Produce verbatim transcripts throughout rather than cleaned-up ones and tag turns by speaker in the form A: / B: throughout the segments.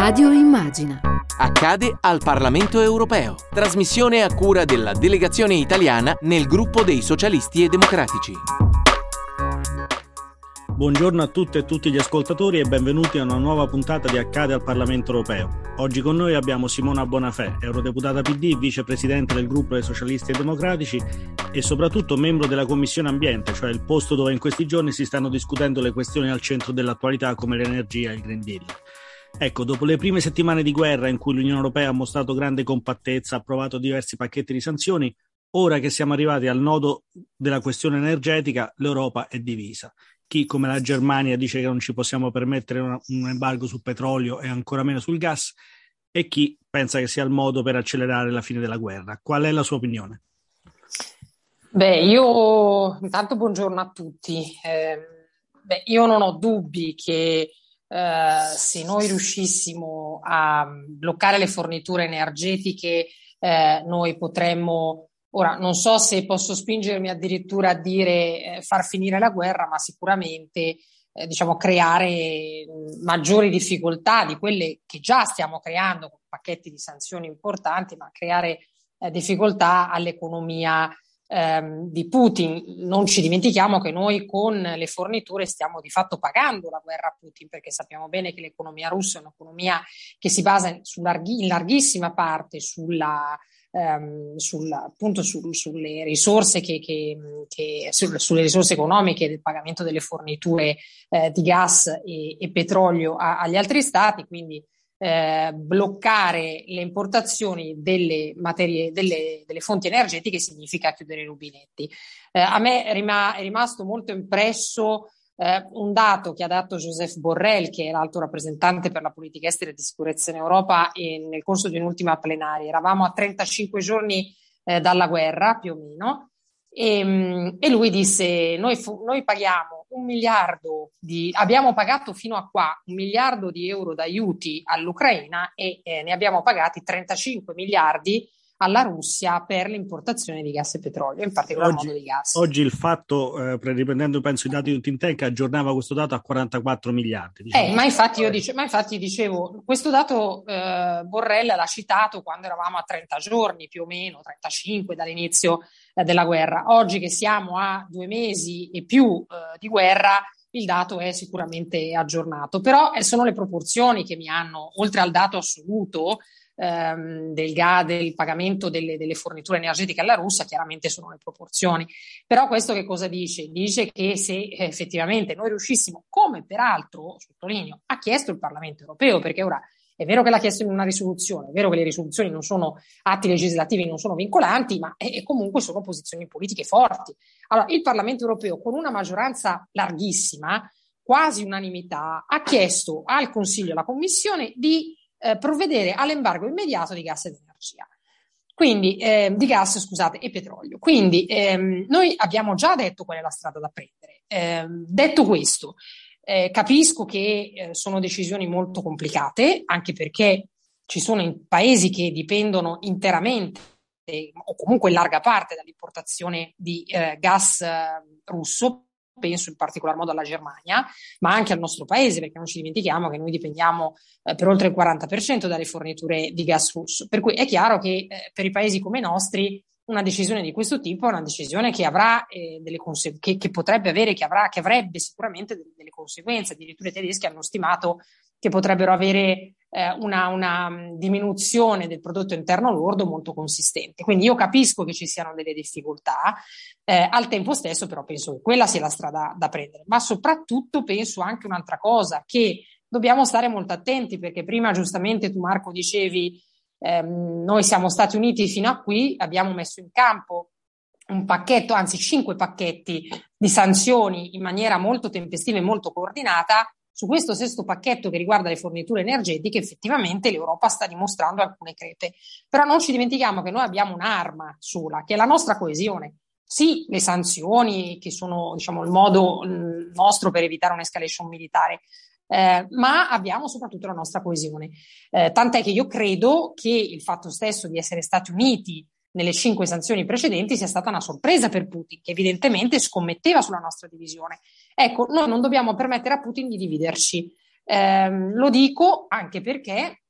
A: Radio Immagina.
B: Accade al Parlamento Europeo. Trasmissione a cura della delegazione italiana nel gruppo dei Socialisti e Democratici.
C: Buongiorno a tutte e tutti gli ascoltatori e benvenuti a una nuova puntata di Accade al Parlamento Europeo. Oggi con noi abbiamo Simona Bonafè, eurodeputata P D, vicepresidente del gruppo dei Socialisti e Democratici e soprattutto membro della Commissione Ambiente, cioè il posto dove in questi giorni si stanno discutendo le questioni al centro dell'attualità come l'energia e il Green Deal. Ecco, dopo le prime settimane di guerra in cui l'Unione Europea ha mostrato grande compattezza, ha approvato diversi pacchetti di sanzioni, ora che siamo arrivati al nodo della questione energetica, l'Europa è divisa. Chi, come la Germania, dice che non ci possiamo permettere una, un embargo sul petrolio e ancora meno sul gas, e chi pensa che sia il modo per accelerare la fine della guerra. Qual è la sua opinione?
D: Beh, io intanto buongiorno a tutti. Eh, beh, io non ho dubbi che eh, se noi riuscissimo a bloccare le forniture energetiche, eh, noi potremmo. Ora, non so se posso spingermi addirittura a dire eh, far finire la guerra, ma sicuramente eh, diciamo creare mh, maggiori difficoltà di quelle che già stiamo creando con pacchetti di sanzioni importanti, ma creare eh, difficoltà all'economia ehm, di Putin. Non ci dimentichiamo che noi con le forniture stiamo di fatto pagando la guerra a Putin, perché sappiamo bene che l'economia russa è un'economia che si basa in, su larghi, in larghissima parte sulla Um, sul, appunto su, sulle risorse che, che, che su, sulle risorse economiche del pagamento delle forniture eh, di gas e, e petrolio a, agli altri stati, quindi eh, bloccare le importazioni delle materie delle, delle fonti energetiche significa chiudere i rubinetti. Eh, a me è, rima, è rimasto molto impresso Eh, un dato che ha dato Josep Borrell, che è l'alto rappresentante per la politica estera e di sicurezza in Europa, e nel corso di un'ultima plenaria. Eravamo a trentacinque giorni eh, dalla guerra, più o meno, e, e lui disse: noi, fu, noi paghiamo un miliardo di, abbiamo pagato fino a qua un miliardo di euro d'aiuti all'Ucraina e eh, ne abbiamo pagati trentacinque miliardi alla Russia per l'importazione di gas e petrolio, in particolar
C: oggi,
D: modo di gas.
C: Oggi il fatto, eh, riprendendo penso i dati di Think Tank, aggiornava questo dato a quarantaquattro miliardi. Diciamo.
D: Eh, ma infatti io dice, ma infatti dicevo, questo dato eh, Borrell l'ha citato quando eravamo a trenta giorni più o meno, trentacinque dall'inizio eh, della guerra. Oggi che siamo a due mesi e più eh, di guerra, il dato è sicuramente aggiornato, però eh, sono le proporzioni che mi hanno, oltre al dato assoluto del G A, del pagamento delle, delle forniture energetiche alla Russia, chiaramente sono le proporzioni. Però questo che cosa dice? Dice che se effettivamente noi riuscissimo, come peraltro, sottolineo, ha chiesto il Parlamento europeo, perché ora è vero che l'ha chiesto in una risoluzione, è vero che le risoluzioni non sono atti legislativi, non sono vincolanti, ma è, comunque sono posizioni politiche forti. Allora, il Parlamento europeo, con una maggioranza larghissima, quasi unanimità, ha chiesto al Consiglio e alla Commissione di Eh, provvedere all'embargo immediato di gas ed energia, quindi eh, di gas, scusate, e petrolio. Quindi ehm, noi abbiamo già detto qual è la strada da prendere. Eh, detto questo, eh, capisco che eh, sono decisioni molto complicate, anche perché ci sono in paesi che dipendono interamente eh, o comunque in larga parte dall'importazione di eh, gas eh, russo. Penso in particolar modo alla Germania, ma anche al nostro paese, perché non ci dimentichiamo che noi dipendiamo eh, per oltre il quaranta per cento dalle forniture di gas russo. Per cui è chiaro che eh, per i paesi come i nostri una decisione di questo tipo è una decisione che avrà eh, delle conseguenze, che, che potrebbe avere, che avrà, che avrebbe sicuramente delle, delle conseguenze. Addirittura i tedeschi hanno stimato che potrebbero avere eh, una, una diminuzione del prodotto interno lordo molto consistente. Quindi io capisco che ci siano delle difficoltà, eh, al tempo stesso però penso che quella sia la strada da prendere, ma soprattutto penso anche un'altra cosa, che dobbiamo stare molto attenti, perché prima giustamente tu Marco dicevi ehm, noi siamo Stati Uniti fino a qui, abbiamo messo in campo un pacchetto, anzi cinque pacchetti di sanzioni in maniera molto tempestiva e molto coordinata. Su questo sesto pacchetto che riguarda le forniture energetiche effettivamente l'Europa sta dimostrando alcune crepe, però non ci dimentichiamo che noi abbiamo un'arma sola, che è la nostra coesione. Sì, le sanzioni, che sono diciamo il modo nostro per evitare un'escalation militare, eh, ma abbiamo soprattutto la nostra coesione. Eh, tant'è che io credo che il fatto stesso di essere Stati Uniti nelle cinque sanzioni precedenti sia stata una sorpresa per Putin, che evidentemente scommetteva sulla nostra divisione. Ecco, noi non dobbiamo permettere a Putin di dividerci. Eh, lo dico anche perché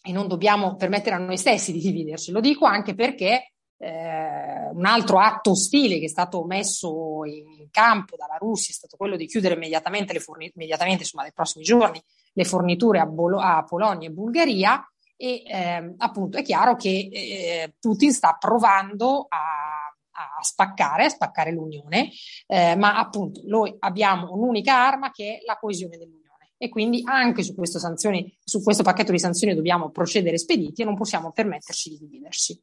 D: e non dobbiamo permettere a noi stessi di dividerci. Lo dico anche perché eh, un altro atto ostile che è stato messo in campo dalla Russia è stato quello di chiudere immediatamente, le forni- immediatamente insomma, nei prossimi giorni, le forniture a, Bolo- a Polonia e Bulgaria, e eh, appunto è chiaro che eh, Putin sta provando a, a spaccare, a spaccare l'Unione, eh, ma appunto noi abbiamo un'unica arma che è la coesione dell'Unione. E quindi anche su, questo sanzioni, su questo pacchetto di sanzioni dobbiamo procedere spediti e non possiamo permetterci di dividerci.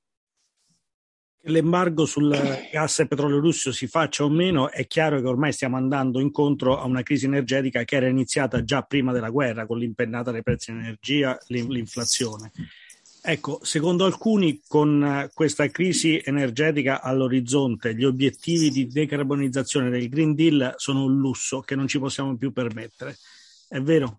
C: L'embargo sul gas e petrolio russo si faccia o meno, è chiaro che ormai stiamo andando incontro a una crisi energetica che era iniziata già prima della guerra, con l'impennata dei prezzi dell'energia, l'inflazione. Ecco, secondo alcuni, con questa crisi energetica all'orizzonte, gli obiettivi di decarbonizzazione del Green Deal sono un lusso che non ci possiamo più permettere. È vero?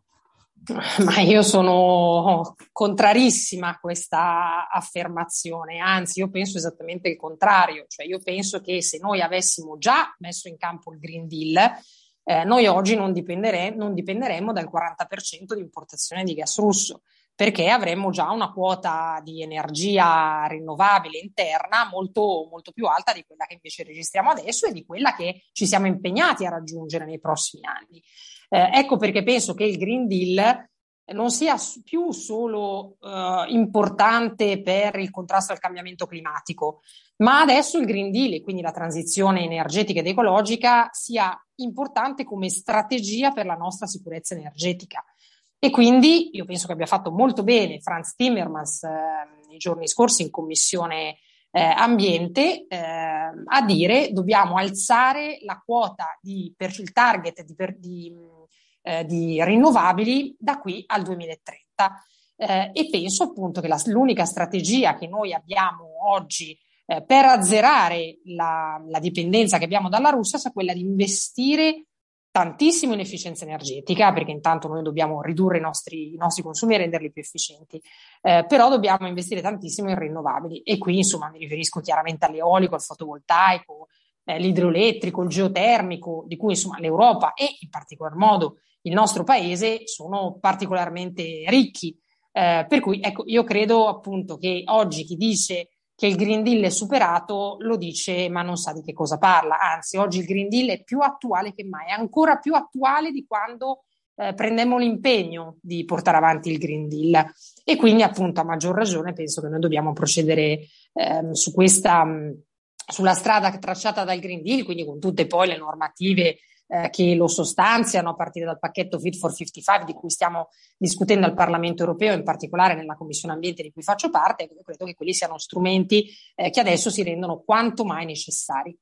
D: Ma io sono contrarissima a questa affermazione, anzi io penso esattamente il contrario, cioè io penso che se noi avessimo già messo in campo il Green Deal, eh, noi oggi non, dipendere- non dipenderemmo dal quaranta per cento di importazione di gas russo, perché avremmo già una quota di energia rinnovabile interna molto, molto più alta di quella che invece registriamo adesso e di quella che ci siamo impegnati a raggiungere nei prossimi anni. Eh, ecco perché penso che il Green Deal non sia più solo eh, importante per il contrasto al cambiamento climatico, ma adesso il Green Deal e quindi la transizione energetica ed ecologica sia importante come strategia per la nostra sicurezza energetica. E quindi io penso che abbia fatto molto bene Frans Timmermans eh, nei giorni scorsi in Commissione eh, Ambiente eh, a dire dobbiamo alzare la quota di per il target di, per, di, eh, di rinnovabili da qui al duemilatrenta. Eh, e penso appunto che la, l'unica strategia che noi abbiamo oggi eh, per azzerare la, la dipendenza che abbiamo dalla Russia sia quella di investire tantissimo in efficienza energetica, perché intanto noi dobbiamo ridurre i nostri, i nostri consumi e renderli più efficienti, eh, però dobbiamo investire tantissimo in rinnovabili e qui insomma mi riferisco chiaramente all'eolico, al fotovoltaico, eh, l'idroelettrico, il geotermico, di cui insomma l'Europa e in particolar modo il nostro paese sono particolarmente ricchi, eh, per cui ecco io credo appunto che oggi chi dice che il Green Deal è superato lo dice ma non sa di che cosa parla, anzi oggi il Green Deal è più attuale che mai, è ancora più attuale di quando eh, prendemmo l'impegno di portare avanti il Green Deal e quindi appunto a maggior ragione penso che noi dobbiamo procedere ehm, su questa, mh, sulla strada tracciata dal Green Deal, quindi con tutte poi le normative eh, che lo sostanziano a partire dal pacchetto Fit for cinquantacinque di cui stiamo discutendo al Parlamento europeo, in particolare nella Commissione Ambiente di cui faccio parte, e io credo che quelli siano strumenti eh, che adesso si rendono quanto mai necessari.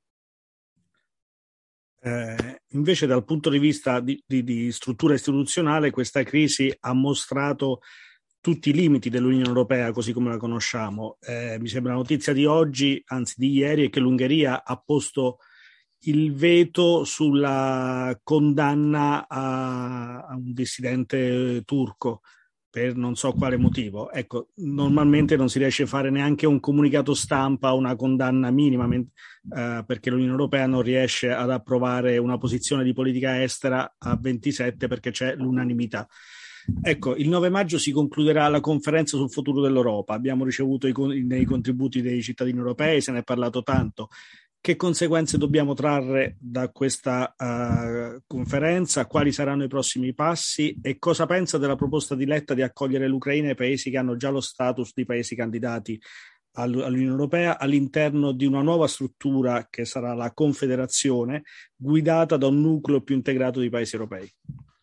C: Eh, invece dal punto di vista di, di, di struttura istituzionale questa crisi ha mostrato tutti i limiti dell'Unione Europea così come la conosciamo. Eh, mi sembra la notizia di oggi, anzi di ieri, è che l'Ungheria ha posto il veto sulla condanna a, a un dissidente turco per non so quale motivo. Ecco, normalmente non si riesce a fare neanche un comunicato stampa, una condanna minima, eh, perché l'Unione Europea non riesce ad approvare una posizione di politica estera a ventisette perché c'è l'unanimità. Ecco, il nove maggio si concluderà la conferenza sul futuro dell'Europa. Abbiamo ricevuto i, nei contributi dei cittadini europei, se ne è parlato tanto. Che conseguenze dobbiamo trarre da questa uh, conferenza? Quali saranno i prossimi passi? E cosa pensa della proposta di Letta di accogliere l'Ucraina e i paesi che hanno già lo status di paesi candidati all'Unione Europea all'interno di una nuova struttura che sarà la Confederazione, guidata da un nucleo più integrato di paesi europei?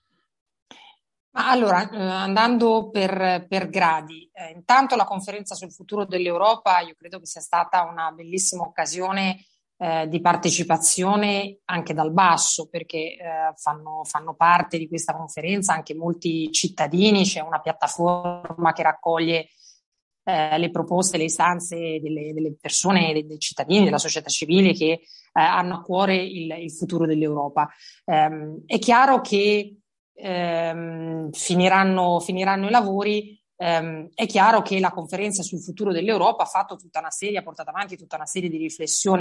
D: Allora, eh, andando per, per gradi, eh, intanto la conferenza sul futuro dell'Europa io credo che sia stata una bellissima occasione eh, di partecipazione anche dal basso, perché eh, fanno, fanno parte di questa conferenza anche molti cittadini, c'è una piattaforma che raccoglie eh, le proposte, le istanze delle, delle persone, dei, dei cittadini, della società civile che eh, hanno a cuore il, il futuro dell'Europa. Eh, è chiaro che Ehm, finiranno, finiranno i lavori, ehm, è chiaro che la conferenza sul futuro dell'Europa ha fatto tutta una serie, ha portato avanti tutta una serie di riflessioni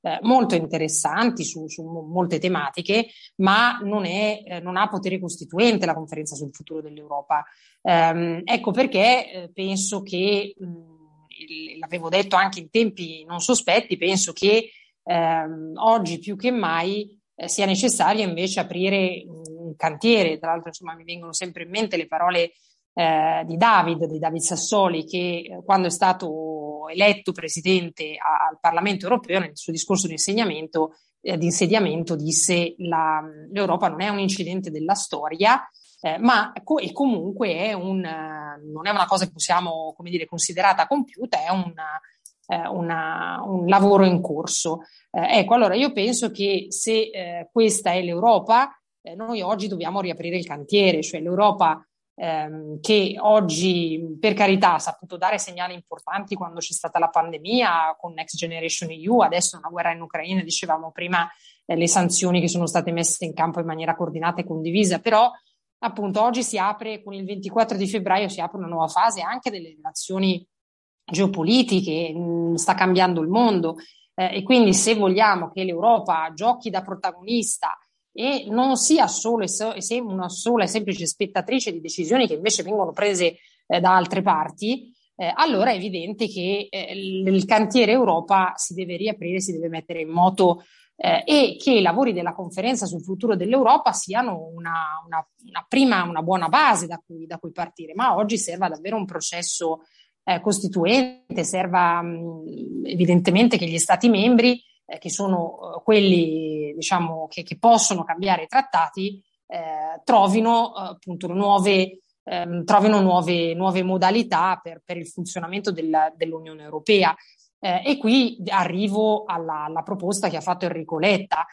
D: eh, molto interessanti su, su molte tematiche, ma non, è, eh, non ha potere costituente la conferenza sul futuro dell'Europa. Um, ecco perché eh, penso che, mh, il, l'avevo detto anche in tempi non sospetti, penso che ehm, oggi più che mai eh, sia necessario invece aprire un cantiere. Tra l'altro, insomma, mi vengono sempre in mente le parole eh, di David, di David Sassoli, che eh, quando è stato eletto presidente a, al Parlamento europeo, nel suo discorso di insediamento, eh, di insediamento disse la, l'Europa non è un incidente della storia, Eh, ma co- e comunque è un, uh, non è una cosa che possiamo, come dire, considerata compiuta, è un, uh, una, un lavoro in corso. Uh, ecco, allora io penso che se uh, questa è l'Europa, eh, noi oggi dobbiamo riaprire il cantiere, cioè l'Europa ehm, che oggi, per carità, ha saputo dare segnali importanti quando c'è stata la pandemia con Next Generation E U, adesso una guerra in Ucraina, dicevamo prima, eh, le sanzioni che sono state messe in campo in maniera coordinata e condivisa, però appunto oggi si apre, con il ventiquattro di febbraio si apre una nuova fase anche delle relazioni geopolitiche, mh, sta cambiando il mondo eh, e quindi se vogliamo che l'Europa giochi da protagonista e non sia solo e so, e una sola e semplice spettatrice di decisioni che invece vengono prese eh, da altre parti, eh, allora è evidente che eh, il cantiere Europa si deve riaprire, si deve mettere in moto Eh, e che i lavori della conferenza sul futuro dell'Europa siano una, una, una prima, una buona base da cui, da cui partire, ma oggi serva davvero un processo eh, costituente, serva mh, evidentemente che gli Stati membri, eh, che sono eh, quelli diciamo che, che possono cambiare i trattati, eh, trovino eh, appunto nuove, ehm, trovino nuove, nuove modalità per, per il funzionamento del, dell'Unione Europea. Eh, e qui arrivo alla, alla proposta che ha fatto Enrico Letta.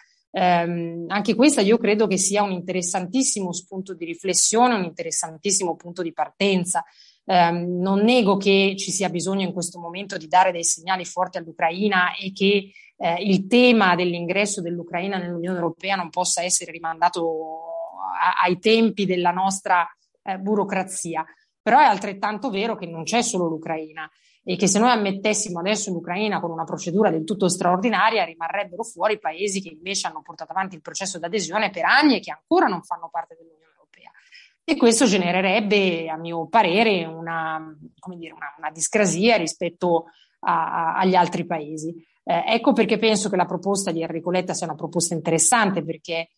D: Eh, anche questa io credo che sia un interessantissimo spunto di riflessione, un interessantissimo punto di partenza. Eh, non nego che ci sia bisogno in questo momento di dare dei segnali forti all'Ucraina e che eh, il tema dell'ingresso dell'Ucraina nell'Unione Europea non possa essere rimandato a, ai tempi della nostra eh, burocrazia. Però è altrettanto vero che non c'è solo l'Ucraina e che se noi ammettessimo adesso l'Ucraina con una procedura del tutto straordinaria rimarrebbero fuori paesi che invece hanno portato avanti il processo d'adesione per anni e che ancora non fanno parte dell'Unione Europea. E questo genererebbe, a mio parere, una, come dire, una, una discrasia rispetto a, a, agli altri paesi. Eh, ecco perché penso che la proposta di Enrico Letta sia una proposta interessante, perché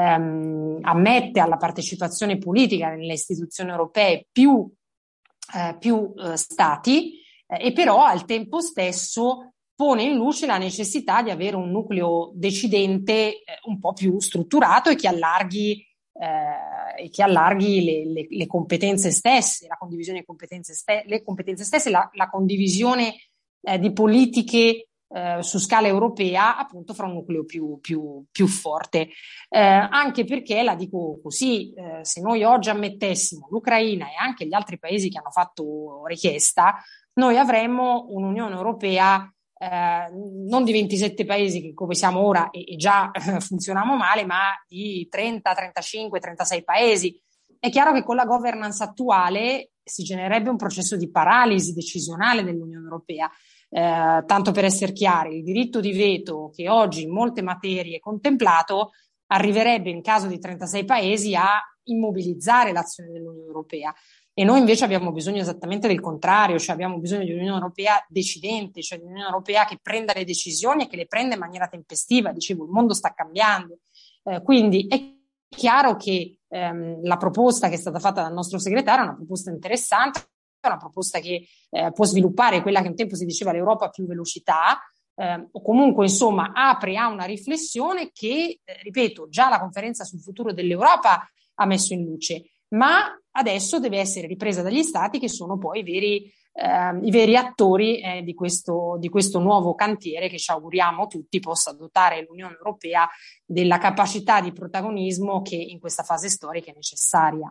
D: ehm, ammette alla partecipazione politica nelle istituzioni europee più, eh, più eh, stati, e però al tempo stesso pone in luce la necessità di avere un nucleo decidente eh, un po' più strutturato e che allarghi, eh, e che allarghi le, le, le competenze stesse, la condivisione delle competenze, ste- le competenze stesse, la, la condivisione eh, di politiche eh, su scala europea, appunto fra un nucleo più, più, più forte. Eh, anche perché, la dico così, eh, se noi oggi ammettessimo l'Ucraina e anche gli altri paesi che hanno fatto richiesta, noi avremmo un'Unione Europea eh, non di ventisette paesi che come siamo ora e, e già eh, funzioniamo male, ma di trenta, trentacinque, trentasei paesi. È chiaro che con la governance attuale si genererebbe un processo di paralisi decisionale dell'Unione Europea. Eh, tanto per essere chiari, il diritto di veto che oggi in molte materie è contemplato arriverebbe in caso di trentasei paesi a immobilizzare l'azione dell'Unione Europea. E noi invece abbiamo bisogno esattamente del contrario, cioè abbiamo bisogno di un'Unione Europea decidente, cioè di un'Unione Europea che prenda le decisioni e che le prenda in maniera tempestiva. Dicevo, il mondo sta cambiando. Eh, quindi è chiaro che ehm, la proposta che è stata fatta dal nostro segretario è una proposta interessante, è una proposta che eh, può sviluppare quella che un tempo si diceva l'Europa a più velocità, eh, o comunque insomma apre a una riflessione che, eh, ripeto, già la conferenza sul futuro dell'Europa ha messo in luce, ma adesso deve essere ripresa dagli stati che sono poi i veri, eh, i veri attori eh, di, questo, di questo nuovo cantiere che ci auguriamo tutti possa dotare l'Unione Europea della capacità di protagonismo che in questa fase storica è necessaria.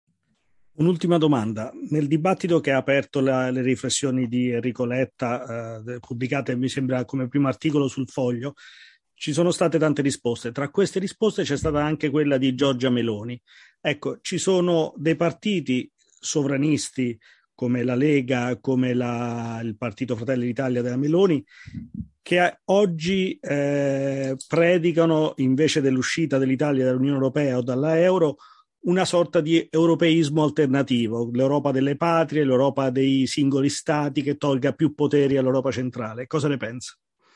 C: Un'ultima domanda. Nel dibattito che ha aperto la, le riflessioni di Enrico Letta, eh, pubblicate mi sembra come primo articolo sul Foglio, ci sono state tante risposte. Tra queste risposte c'è stata anche quella di Giorgia Meloni. Ecco, ci sono dei partiti sovranisti come la Lega, come la, il Partito Fratelli d'Italia della Meloni, che oggi eh, predicano, invece dell'uscita dell'Italia dall'Unione Europea o dalla euro, una sorta di europeismo alternativo, l'Europa delle patrie, l'Europa dei singoli stati, che tolga più poteri all'Europa centrale. Cosa ne pensa?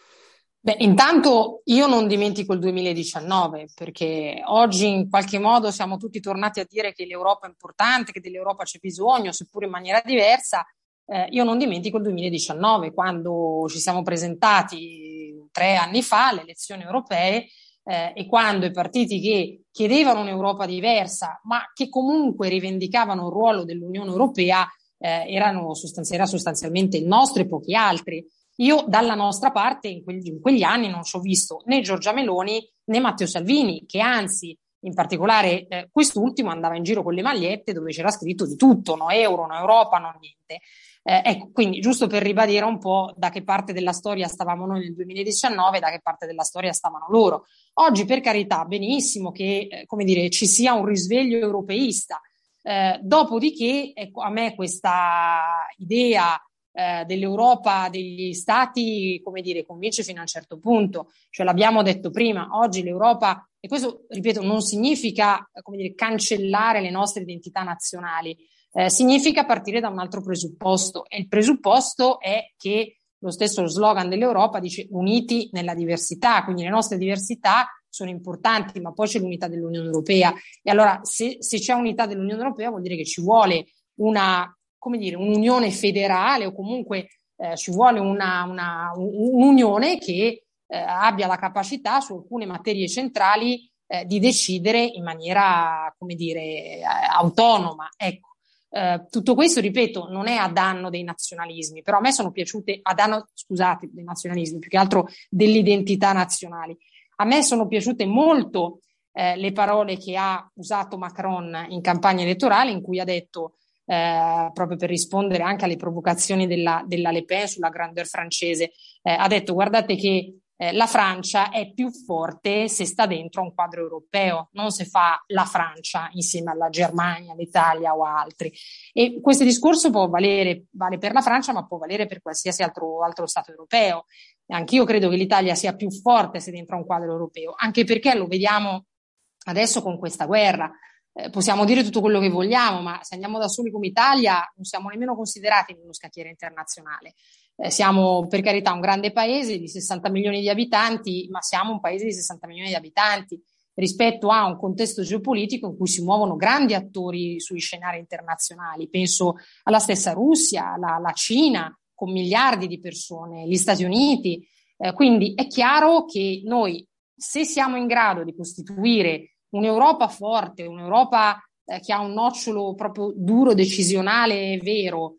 D: Beh, intanto io non dimentico il duemiladiciannove, perché oggi in qualche modo siamo tutti tornati a dire che l'Europa è importante, che dell'Europa c'è bisogno, seppur in maniera diversa. Eh, io non dimentico il duemiladiciannove, quando ci siamo presentati tre anni fa alle elezioni europee, eh, e quando i partiti che chiedevano un'Europa diversa, ma che comunque rivendicavano il ruolo dell'Unione Europea, eh, erano sostanzi- era sostanzialmente il nostro e pochi altri. Io dalla nostra parte in, quegli, in quegli anni non ci ho visto né Giorgia Meloni né Matteo Salvini, che anzi, in particolare eh, quest'ultimo andava in giro con le magliette dove c'era scritto di tutto, no euro, no Europa, no niente. Eh, ecco, quindi giusto per ribadire un po' da che parte della storia stavamo noi nel duemiladiciannove e da che parte della storia stavano loro. Oggi, per carità, benissimo che eh, come dire, ci sia un risveglio europeista. Eh, dopodiché, ecco, a me questa idea Eh, dell'Europa degli stati, come dire, convince fino a un certo punto. Cioè, l'abbiamo detto prima, oggi l'Europa, e questo, ripeto, non significa, come dire, cancellare le nostre identità nazionali, eh, significa partire da un altro presupposto, e il presupposto è che lo stesso slogan dell'Europa dice uniti nella diversità, quindi le nostre diversità sono importanti, ma poi c'è l'unità dell'Unione Europea. E allora, se, se c'è unità dell'Unione Europea, vuol dire che ci vuole una come dire, un'unione federale, o comunque eh, ci vuole una, una, un'unione che eh, abbia la capacità su alcune materie centrali eh, di decidere in maniera, come dire, eh, autonoma. Ecco, eh, tutto questo, ripeto, non è a danno dei nazionalismi, però a me sono piaciute, a danno, scusate, dei nazionalismi, più che altro delle identità nazionali. A me sono piaciute molto eh, le parole che ha usato Macron in campagna elettorale, in cui ha detto Eh, proprio per rispondere anche alle provocazioni della, della Le Pen sulla grandeur francese, eh, ha detto: guardate che eh, la Francia è più forte se sta dentro un quadro europeo, non se fa la Francia insieme alla Germania, all'Italia o a altri. E questo discorso può valere, vale per la Francia, ma può valere per qualsiasi altro, altro Stato europeo. E anch'io credo che l'Italia sia più forte se dentro un quadro europeo, anche perché lo vediamo adesso con questa guerra. Eh, possiamo dire tutto quello che vogliamo, ma se andiamo da soli come Italia non siamo nemmeno considerati in uno scacchiere internazionale. Eh, siamo, per carità, un grande paese di sessanta milioni di abitanti, ma siamo un paese di sessanta milioni di abitanti rispetto a un contesto geopolitico in cui si muovono grandi attori sui scenari internazionali. Penso alla stessa Russia, alla, alla Cina, con miliardi di persone, gli Stati Uniti. Eh, quindi è chiaro che noi, se siamo in grado di costituire un'Europa forte, un'Europa eh, che ha un nocciolo proprio duro, decisionale e vero,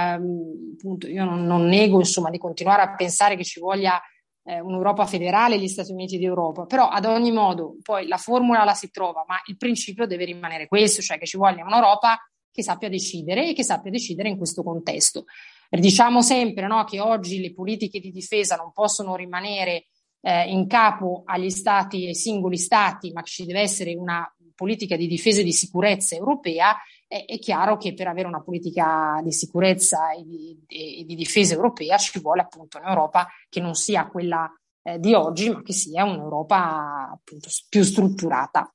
D: ehm, appunto, io non, non nego, insomma, di continuare a pensare che ci voglia eh, un'Europa federale e gli Stati Uniti d'Europa, però ad ogni modo poi la formula la si trova, ma il principio deve rimanere questo, cioè che ci voglia un'Europa che sappia decidere e che sappia decidere in questo contesto. Diciamo sempre, no, che oggi le politiche di difesa non possono rimanere Eh, in capo agli stati, ai singoli stati, ma ci deve essere una politica di difesa e di sicurezza europea. È, è chiaro che per avere una politica di sicurezza e di, e di difesa europea ci vuole appunto un'Europa che non sia quella eh, di oggi, ma che sia un'Europa appunto più strutturata.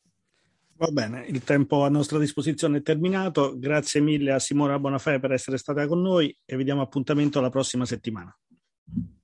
C: Va bene, il tempo a nostra disposizione è terminato. Grazie mille a Simona Bonafè per essere stata con noi e vi diamo appuntamento alla prossima settimana.